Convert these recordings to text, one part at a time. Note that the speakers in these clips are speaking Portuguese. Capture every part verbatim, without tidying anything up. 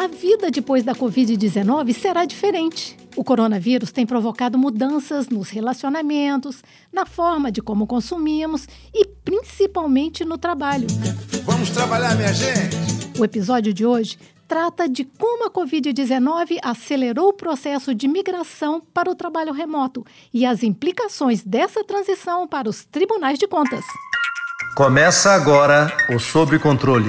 A vida depois da covid dezenove será diferente. O coronavírus tem provocado mudanças nos relacionamentos, na forma de como consumimos e principalmente no trabalho. Vamos trabalhar, minha gente! O episódio de hoje trata de como a covid dezenove acelerou o processo de migração para o trabalho remoto e as implicações dessa transição para os tribunais de contas. Começa agora o Sob Controle.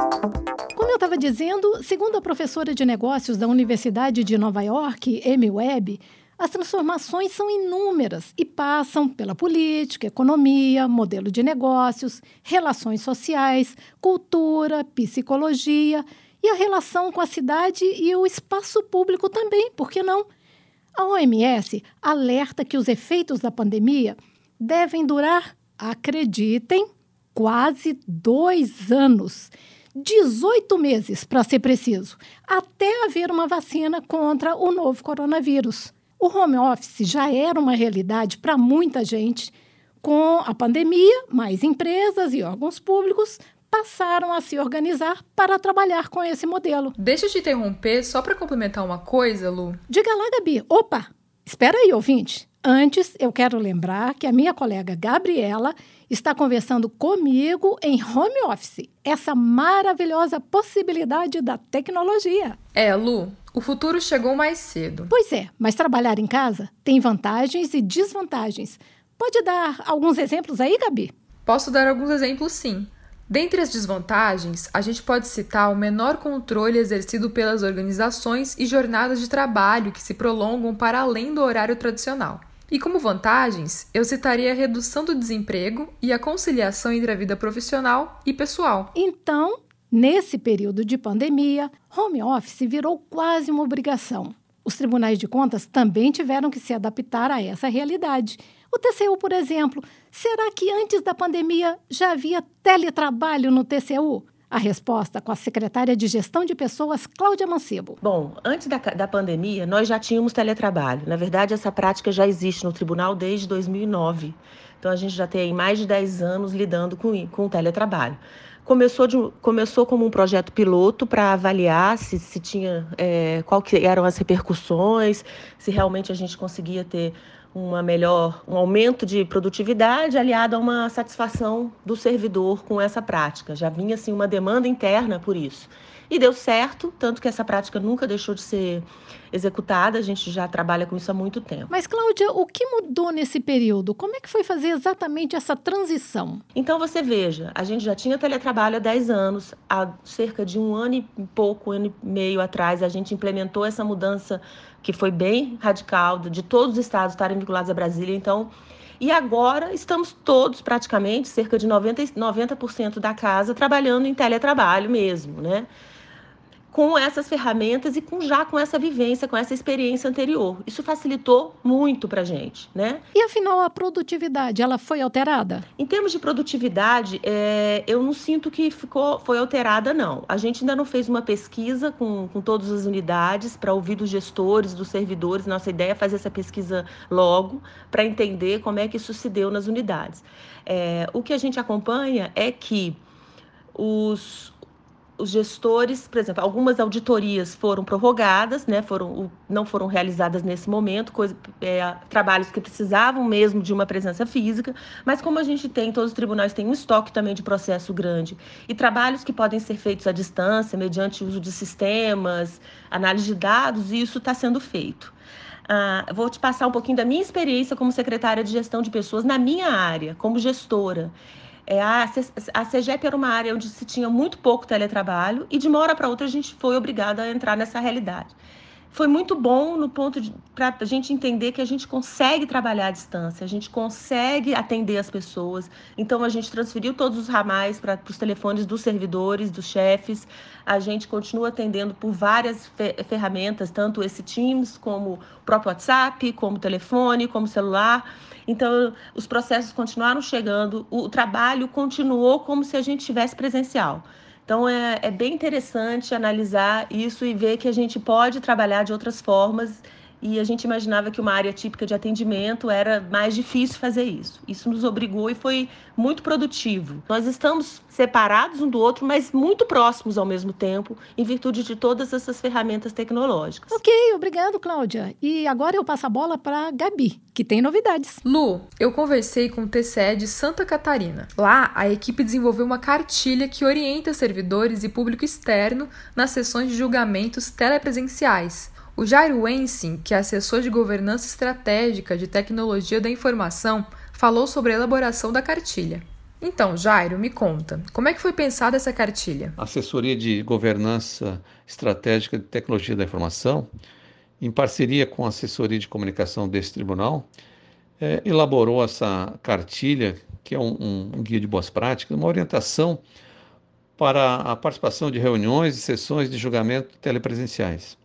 Como eu estava dizendo, segundo a professora de negócios da Universidade de Nova York, Amy Webb, as transformações são inúmeras e passam pela política, economia, modelo de negócios, relações sociais, cultura, psicologia e a relação com a cidade e o espaço público também, por que não? A O M S alerta que os efeitos da pandemia devem durar, acreditem, quase dois anos. dezoito meses, para ser preciso, até haver uma vacina contra o novo coronavírus. O home office já era uma realidade para muita gente. Com a pandemia, mais empresas e órgãos públicos passaram a se organizar para trabalhar com esse modelo. Deixa eu te interromper só para complementar uma coisa, Lu. Diga lá, Gabi. Opa! Espera aí, ouvinte. Antes, eu quero lembrar que a minha colega Gabriela está conversando comigo em home office. Essa maravilhosa possibilidade da tecnologia. É, Lu, o futuro chegou mais cedo. Pois é, mas trabalhar em casa tem vantagens e desvantagens. Pode dar alguns exemplos aí, Gabi? Posso dar alguns exemplos, sim. Dentre as desvantagens, a gente pode citar o menor controle exercido pelas organizações e jornadas de trabalho que se prolongam para além do horário tradicional. E como vantagens, eu citaria a redução do desemprego e a conciliação entre a vida profissional e pessoal. Então, nesse período de pandemia, home office virou quase uma obrigação. Os tribunais de contas também tiveram que se adaptar a essa realidade. O T C U, por exemplo, será que antes da pandemia já havia teletrabalho no T C U? A resposta com a secretária de Gestão de Pessoas, Cláudia Mancebo. Bom, antes da, da pandemia, nós já tínhamos teletrabalho. Na verdade, essa prática já existe no tribunal desde dois mil e nove. Então, a gente já tem mais de dez anos lidando com, com o teletrabalho. Começou, de, começou como um projeto piloto para avaliar se, se tinha, é, qual que eram as repercussões, se realmente a gente conseguia ter uma melhor, um aumento de produtividade aliado a uma satisfação do servidor com essa prática. Já vinha assim, uma demanda interna por isso. E deu certo, tanto que essa prática nunca deixou de ser executada, a gente já trabalha com isso há muito tempo. Mas, Cláudia, o que mudou nesse período? Como é que foi fazer exatamente essa transição? Então, você veja, a gente já tinha teletrabalho há dez anos, há cerca de um ano e pouco, um ano e meio atrás, a gente implementou essa mudança que foi bem radical, de todos os estados estarem vinculados a Brasília, então... E agora estamos todos, praticamente, cerca de noventa por cento da casa, trabalhando em teletrabalho mesmo, né? Com essas ferramentas e com, já com essa vivência, com essa experiência anterior. Isso facilitou muito para a gente, né? E, afinal, a produtividade, ela foi alterada? Em termos de produtividade, é, eu não sinto que ficou, foi alterada, não. A gente ainda não fez uma pesquisa com, com todas as unidades para ouvir dos gestores, dos servidores. Nossa ideia é fazer essa pesquisa logo para entender como é que isso se deu nas unidades. É, o que a gente acompanha é que os... Os gestores, por exemplo, algumas auditorias foram prorrogadas, né, foram, não foram realizadas nesse momento, coisa, é, trabalhos que precisavam mesmo de uma presença física, mas como a gente tem, todos os tribunais têm um estoque também de processo grande, e trabalhos que podem ser feitos à distância, mediante o uso de sistemas, análise de dados, e isso está sendo feito. Ah, vou te passar um pouquinho da minha experiência como secretária de gestão de pessoas na minha área, como gestora. É, a, a CEGEP era uma área onde se tinha muito pouco teletrabalho e de uma hora para outra a gente foi obrigada a entrar nessa realidade. Foi muito bom no ponto de para a gente entender que a gente consegue trabalhar à distância, a gente consegue atender as pessoas. Então, a gente transferiu todos os ramais para os telefones dos servidores, dos chefes. A gente continua atendendo por várias fe- ferramentas, tanto esse Teams, como o próprio WhatsApp, como telefone, como celular. Então, os processos continuaram chegando, o trabalho continuou como se a gente estivesse presencial. Então, é, é bem interessante analisar isso e ver que a gente pode trabalhar de outras formas e a gente imaginava que uma área típica de atendimento era mais difícil fazer isso. Isso nos obrigou e foi muito produtivo. Nós estamos separados um do outro, mas muito próximos ao mesmo tempo, em virtude de todas essas ferramentas tecnológicas. Ok, obrigado, Cláudia. E agora eu passo a bola para a Gabi, que tem novidades. Lu, eu conversei com o T C E de Santa Catarina. Lá, a equipe desenvolveu uma cartilha que orienta servidores e público externo nas sessões de julgamentos telepresenciais. O Jairo Wensing, que é assessor de governança estratégica de tecnologia da informação, falou sobre a elaboração da cartilha. Então, Jairo, me conta, como é que foi pensada essa cartilha? A assessoria de governança estratégica de tecnologia da informação, em parceria com a assessoria de comunicação desse tribunal, é, elaborou essa cartilha, que é um, um, um guia de boas práticas, uma orientação para a participação de reuniões e sessões de julgamento telepresenciais.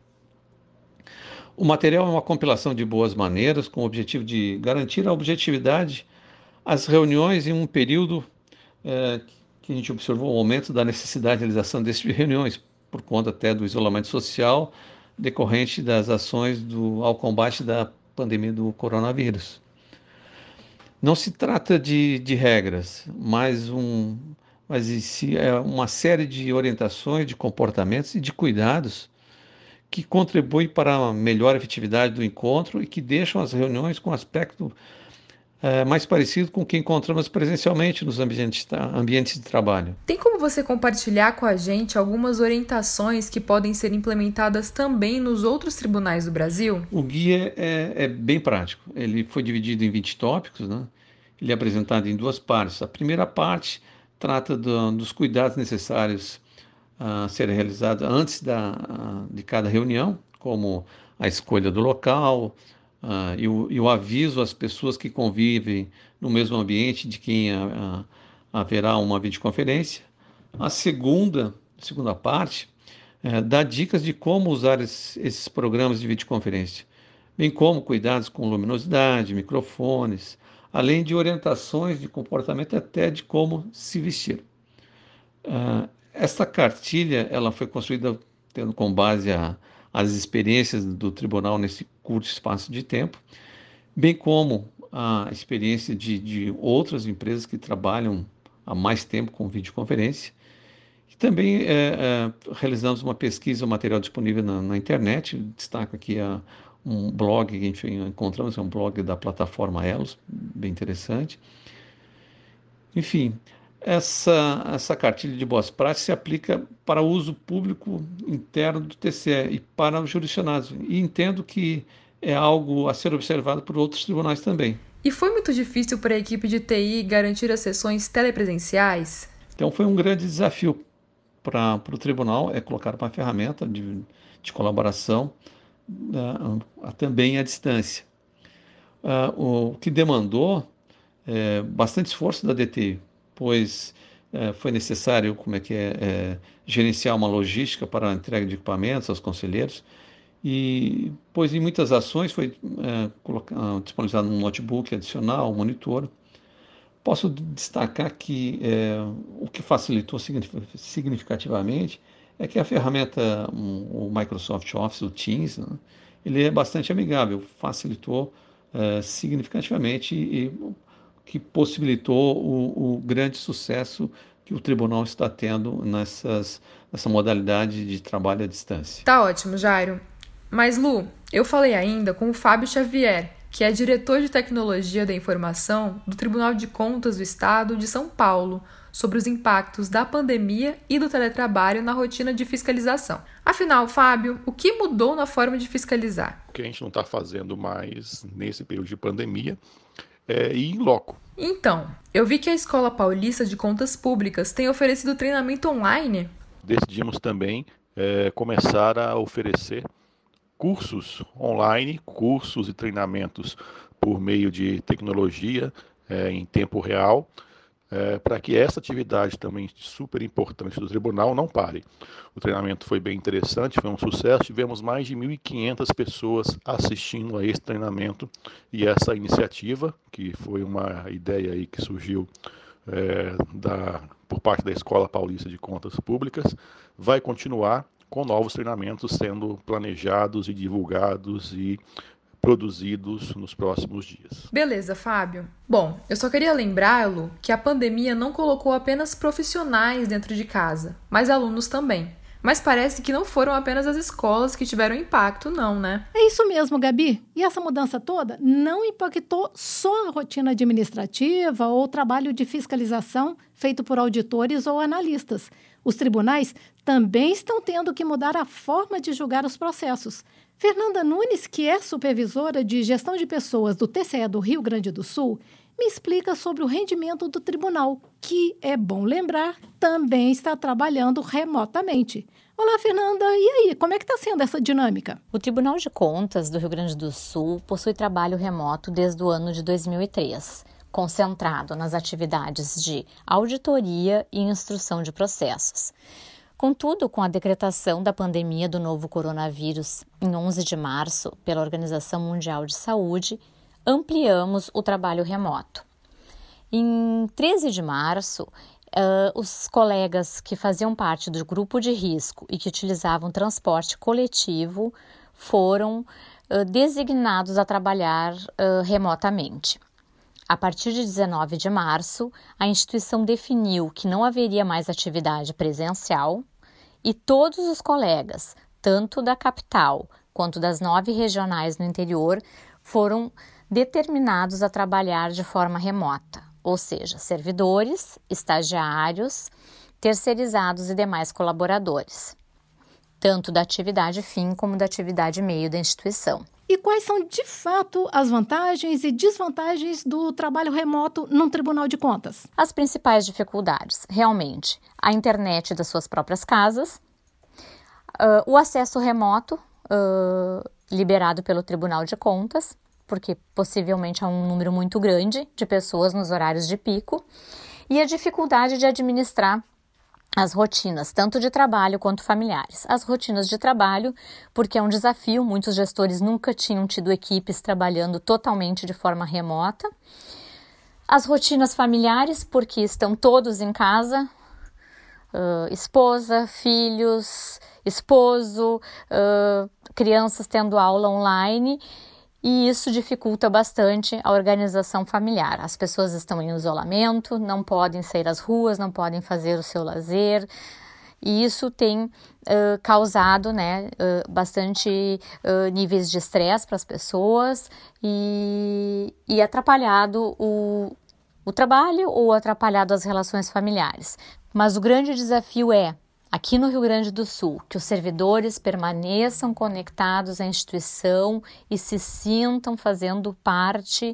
O material é uma compilação de boas maneiras com o objetivo de garantir a objetividade às reuniões em um período é, que a gente observou o aumento da necessidade de realização dessas reuniões, por conta até do isolamento social decorrente das ações do, ao combate da pandemia do coronavírus. Não se trata de, de regras, mas, um, mas si é uma série de orientações, de comportamentos e de cuidados que contribuem para a melhor efetividade do encontro e que deixam as reuniões com aspecto é, mais parecido com o que encontramos presencialmente nos ambientes, ambientes de trabalho. Tem como você compartilhar com a gente algumas orientações que podem ser implementadas também nos outros tribunais do Brasil? O guia é, é bem prático. Ele foi dividido em vinte tópicos, né? Ele é apresentado em duas partes. A primeira parte trata do, dos cuidados necessários a serem realizados antes da, de cada reunião, como a escolha do local uh, e, o, e o aviso às pessoas que convivem no mesmo ambiente de quem a, a, haverá uma videoconferência. A segunda, segunda parte uh, dá dicas de como usar esses, esses programas de videoconferência, bem como cuidados com luminosidade, microfones, além de orientações de comportamento até de como se vestir. Uh, Esta cartilha ela foi construída tendo com base a, as experiências do tribunal nesse curto espaço de tempo, bem como a experiência de, de outras empresas que trabalham há mais tempo com videoconferência. E também é, é, realizamos uma pesquisa, um material disponível na, na internet. Destaco aqui a, um blog que a gente encontramos, é um blog da plataforma Elos, bem interessante. Enfim, Essa, essa cartilha de boas práticas se aplica para uso público interno do T C E e para os jurisdicionados. E entendo que é algo a ser observado por outros tribunais também. E foi muito difícil para a equipe de T I garantir as sessões telepresenciais? Então foi um grande desafio para, para o tribunal, é colocar uma ferramenta de, de colaboração uh, também à distância. Uh, o que demandou é, bastante esforço da D T I, pois é, foi necessário como é que é, é, gerenciar uma logística para a entrega de equipamentos aos conselheiros, e pois em muitas ações foi é, colocar, disponibilizado um notebook adicional, um monitor. Posso destacar que é, o que facilitou significativamente é que a ferramenta, um, o Microsoft Office, o Teams, né, ele é bastante amigável, facilitou é, significativamente e que possibilitou o, o grande sucesso que o tribunal está tendo nessas, nessa modalidade de trabalho à distância. Tá ótimo, Jairo. Mas, Lu, eu falei ainda com o Fábio Xavier, que é diretor de Tecnologia da Informação do Tribunal de Contas do Estado de São Paulo, sobre os impactos da pandemia e do teletrabalho na rotina de fiscalização. Afinal, Fábio, o que mudou na forma de fiscalizar? O que a gente não está fazendo mais nesse período de pandemia é ir em loco. Então, eu vi que a Escola Paulista de Contas Públicas tem oferecido treinamento online. Decidimos também é, começar a oferecer cursos online, cursos e treinamentos por meio de tecnologia é, em tempo real, é, para que essa atividade também super importante do tribunal não pare. O treinamento foi bem interessante, foi um sucesso, tivemos mais de mil e quinhentas pessoas assistindo a esse treinamento, e essa iniciativa, que foi uma ideia aí que surgiu é, da, por parte da Escola Paulista de Contas Públicas, vai continuar com novos treinamentos sendo planejados e divulgados e produzidos nos próximos dias. Beleza, Fábio. Bom, eu só queria lembrá-lo que a pandemia não colocou apenas profissionais dentro de casa, mas alunos também. Mas parece que não foram apenas as escolas que tiveram impacto, não, né? É isso mesmo, Gabi. E essa mudança toda não impactou só a rotina administrativa ou o trabalho de fiscalização feito por auditores ou analistas. Os tribunais também estão tendo que mudar a forma de julgar os processos. Fernanda Nunes, que é supervisora de gestão de pessoas do T C E do Rio Grande do Sul, me explica sobre o rendimento do tribunal, que, é bom lembrar, também está trabalhando remotamente. Olá, Fernanda. E aí, como é que está sendo essa dinâmica? O Tribunal de Contas do Rio Grande do Sul possui trabalho remoto desde o ano de dois mil e três, concentrado nas atividades de auditoria e instrução de processos. Contudo, com a decretação da pandemia do novo coronavírus em onze de março pela Organização Mundial de Saúde, ampliamos o trabalho remoto. Em treze de março, uh, os colegas que faziam parte do grupo de risco e que utilizavam transporte coletivo foram uh, designados a trabalhar uh, remotamente. A partir de dezenove de março, a instituição definiu que não haveria mais atividade presencial e todos os colegas, tanto da capital quanto das nove regionais no interior, foram determinados a trabalhar de forma remota, ou seja, servidores, estagiários, terceirizados e demais colaboradores, tanto da atividade fim como da atividade meio da instituição. E quais são, de fato, as vantagens e desvantagens do trabalho remoto num Tribunal de Contas? As principais dificuldades, realmente, a internet das suas próprias casas, uh, o acesso remoto uh, liberado pelo Tribunal de Contas, porque possivelmente há um número muito grande de pessoas nos horários de pico, e a dificuldade de administrar as rotinas, tanto de trabalho quanto familiares. As rotinas de trabalho, porque é um desafio, muitos gestores nunca tinham tido equipes trabalhando totalmente de forma remota. As rotinas familiares, porque estão todos em casa, uh, esposa, filhos, esposo, uh, crianças tendo aula online, e isso dificulta bastante a organização familiar. As pessoas estão em isolamento, não podem sair às ruas, não podem fazer o seu lazer, e isso tem uh, causado né, uh, bastante uh, níveis de estresse para as pessoas e, e atrapalhado o, o trabalho ou atrapalhado as relações familiares. Mas o grande desafio é, aqui no Rio Grande do Sul, que os servidores permaneçam conectados à instituição e se sintam fazendo parte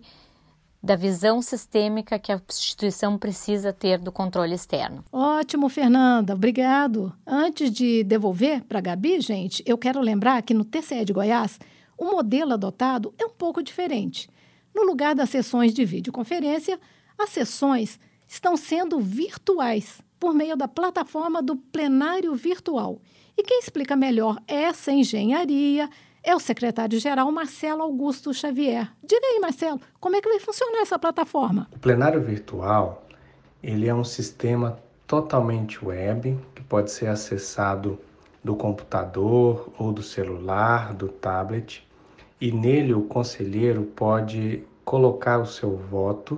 da visão sistêmica que a instituição precisa ter do controle externo. Ótimo, Fernanda. Obrigado. Antes de devolver para a Gabi, gente, eu quero lembrar que no T C E de Goiás, o modelo adotado é um pouco diferente. No lugar das sessões de videoconferência, as sessões estão sendo virtuais, por meio da plataforma do plenário virtual. E quem explica melhor essa engenharia é o secretário-geral Marcelo Augusto Xavier. Diga aí, Marcelo, como é que vai funcionar essa plataforma? O plenário virtual, ele é um sistema totalmente web, que pode ser acessado do computador ou do celular, do tablet, e nele o conselheiro pode colocar o seu voto,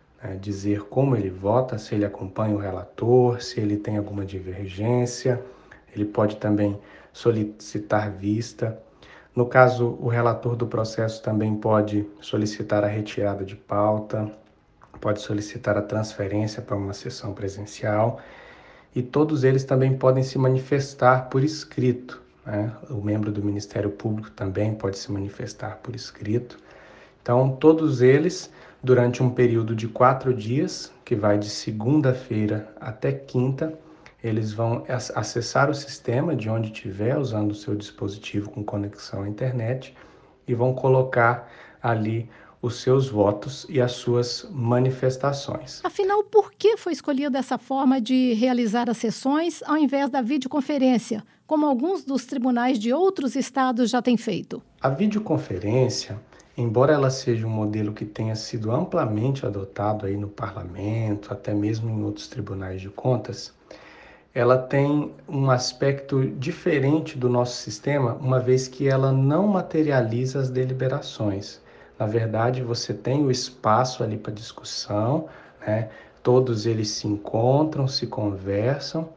dizer como ele vota, se ele acompanha o relator, se ele tem alguma divergência, ele pode também solicitar vista. No caso, o relator do processo também pode solicitar a retirada de pauta, pode solicitar a transferência para uma sessão presencial e todos eles também podem se manifestar por escrito, né? O membro do Ministério Público também pode se manifestar por escrito. Então, todos eles, durante um período de quatro dias, que vai de segunda-feira até quinta, eles vão acessar o sistema de onde estiver, usando o seu dispositivo com conexão à internet, e vão colocar ali os seus votos e as suas manifestações. Afinal, por que foi escolhida essa forma de realizar as sessões ao invés da videoconferência, como alguns dos tribunais de outros estados já têm feito? A videoconferência, embora ela seja um modelo que tenha sido amplamente adotado aí no parlamento, até mesmo em outros tribunais de contas, ela tem um aspecto diferente do nosso sistema, uma vez que ela não materializa as deliberações. Na verdade, você tem o espaço ali para discussão, né? Todos eles se encontram, se conversam,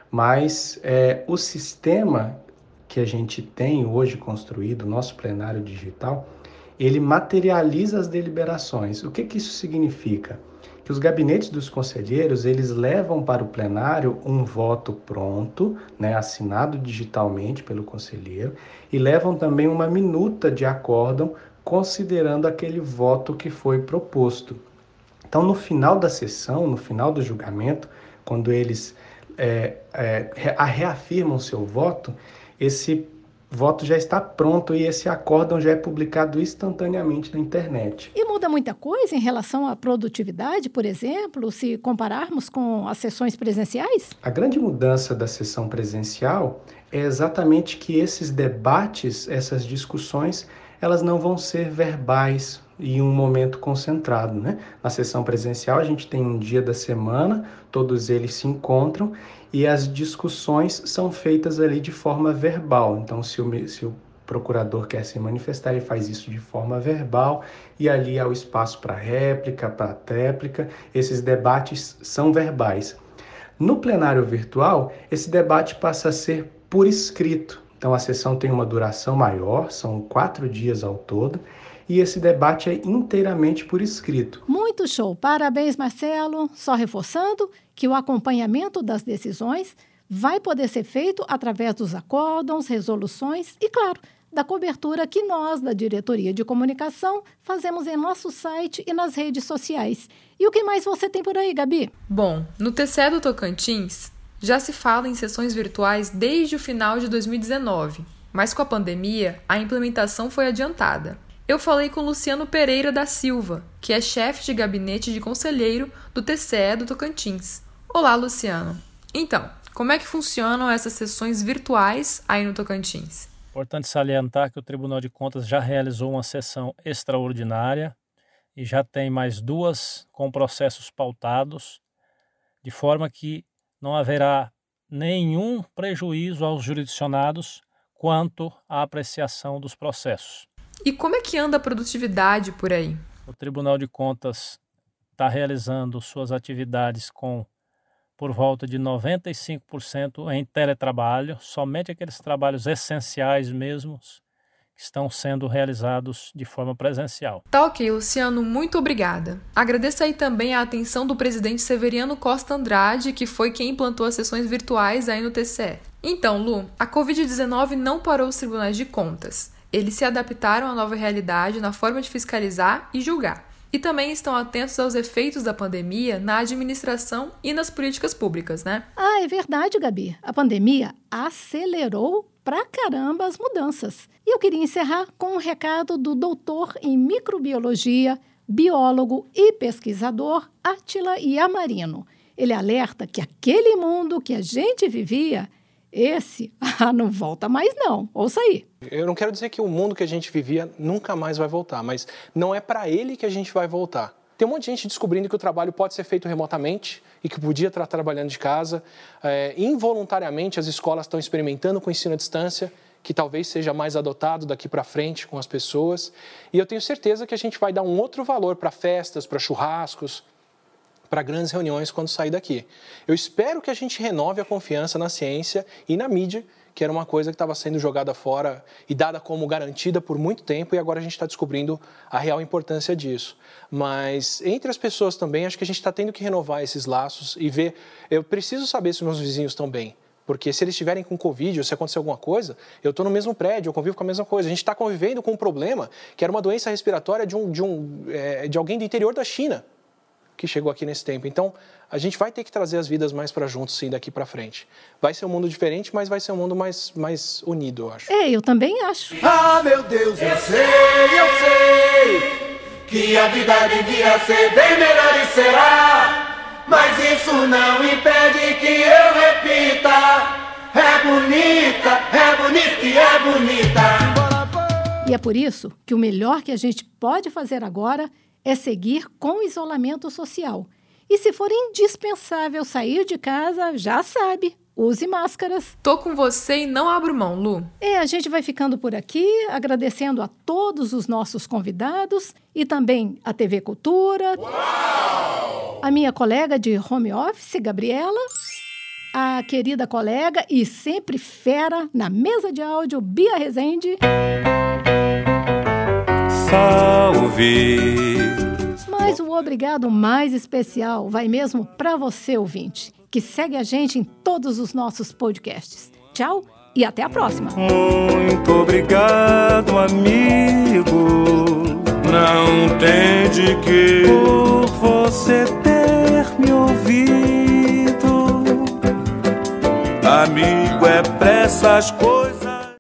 mas é, o sistema que a gente tem hoje construído, o nosso plenário digital, ele materializa as deliberações. O que que isso significa? Que os gabinetes dos conselheiros, eles levam para o plenário um voto pronto, né, assinado digitalmente pelo conselheiro, e levam também uma minuta de acórdão, considerando aquele voto que foi proposto. Então, no final da sessão, no final do julgamento, quando eles é, é, reafirmam seu voto, esse voto já está pronto e esse acórdão já é publicado instantaneamente na internet. E muda muita coisa em relação à produtividade, por exemplo, se compararmos com as sessões presenciais? A grande mudança da sessão presencial é exatamente que esses debates, essas discussões, elas não vão ser verbais e em um momento concentrado, né? Na sessão presencial a gente tem um dia da semana, todos eles se encontram e as discussões são feitas ali de forma verbal. Então, se o, se o procurador quer se manifestar, ele faz isso de forma verbal e ali há o espaço para réplica, para tréplica. Esses debates são verbais. No plenário virtual, esse debate passa a ser por escrito. Então, a sessão tem uma duração maior, são quatro dias ao todo, e esse debate é inteiramente por escrito. Muito show! Parabéns, Marcelo! Só reforçando que o acompanhamento das decisões vai poder ser feito através dos acórdãos, resoluções e, claro, da cobertura que nós, da Diretoria de Comunicação, fazemos em nosso site e nas redes sociais. E o que mais você tem por aí, Gabi? Bom, no T C E do Tocantins, já se fala em sessões virtuais desde o final de dois mil e dezenove, mas com a pandemia, a implementação foi adiantada. Eu falei com Luciano Pereira da Silva, que é chefe de gabinete de conselheiro do T C E do Tocantins. Olá, Luciano. Então, como é que funcionam essas sessões virtuais aí no Tocantins? Importante salientar que o Tribunal de Contas já realizou uma sessão extraordinária e já tem mais duas com processos pautados, de forma que não haverá nenhum prejuízo aos jurisdicionados quanto à apreciação dos processos. E como é que anda a produtividade por aí? O Tribunal de Contas está realizando suas atividades com por volta de noventa e cinco por cento em teletrabalho, somente aqueles trabalhos essenciais mesmos que estão sendo realizados de forma presencial. Tá ok, Luciano, muito obrigada. Agradeço aí também a atenção do presidente Severiano Costa Andrade, que foi quem implantou as sessões virtuais aí no T C E. Então, Lu, a covid dezenove não parou os tribunais de contas. Eles se adaptaram à nova realidade na forma de fiscalizar e julgar. E também estão atentos aos efeitos da pandemia na administração e nas políticas públicas, né? Ah, é verdade, Gabi. A pandemia acelerou pra caramba as mudanças. E eu queria encerrar com um recado do doutor em microbiologia, biólogo e pesquisador Átila Yamarino. Ele alerta que aquele mundo que a gente vivia, esse, ah, não volta mais não. Ouça aí. Eu não quero dizer que o mundo que a gente vivia nunca mais vai voltar, mas não é para ele que a gente vai voltar. Tem um monte de gente descobrindo que o trabalho pode ser feito remotamente e que podia estar trabalhando de casa. É, involuntariamente, as escolas estão experimentando com o ensino à distância, que talvez seja mais adotado daqui para frente com as pessoas. E eu tenho certeza que a gente vai dar um outro valor para festas, para churrascos, para grandes reuniões quando sair daqui. Eu espero que a gente renove a confiança na ciência e na mídia, que era uma coisa que estava sendo jogada fora e dada como garantida por muito tempo, e agora a gente está descobrindo a real importância disso. Mas entre as pessoas também, acho que a gente está tendo que renovar esses laços e ver... Eu preciso saber se meus vizinhos estão bem, porque se eles estiverem com Covid ou se acontecer alguma coisa, eu estou no mesmo prédio, eu convivo com a mesma coisa. A gente está convivendo com um problema que era uma doença respiratória de, um, de, um, é, de alguém do interior da China, que chegou aqui nesse tempo. Então, a gente vai ter que trazer as vidas mais para juntos, sim, daqui para frente. Vai ser um mundo diferente, mas vai ser um mundo mais, mais unido, eu acho. É, eu também acho. Ah, meu Deus, eu sei, eu sei que a vida devia ser bem melhor e será, mas isso não impede que eu repita. É bonita, é bonita e é bonita. E é por isso que o melhor que a gente pode fazer agora é seguir com o isolamento social. E se for indispensável sair de casa, já sabe, use máscaras. Tô com você e não abro mão, Lu. É, a gente vai ficando por aqui, agradecendo a todos os nossos convidados e também a T V Cultura, Uau! A minha colega de home office, Gabriela, a querida colega e sempre fera na mesa de áudio, Bia Rezende. Salve! Mas o obrigado mais especial vai mesmo para você, ouvinte, que segue a gente em todos os nossos podcasts. Tchau e até a próxima. Muito obrigado, amigo. Não tem de que por você ter me ouvido. Amigo é pra essas coisas.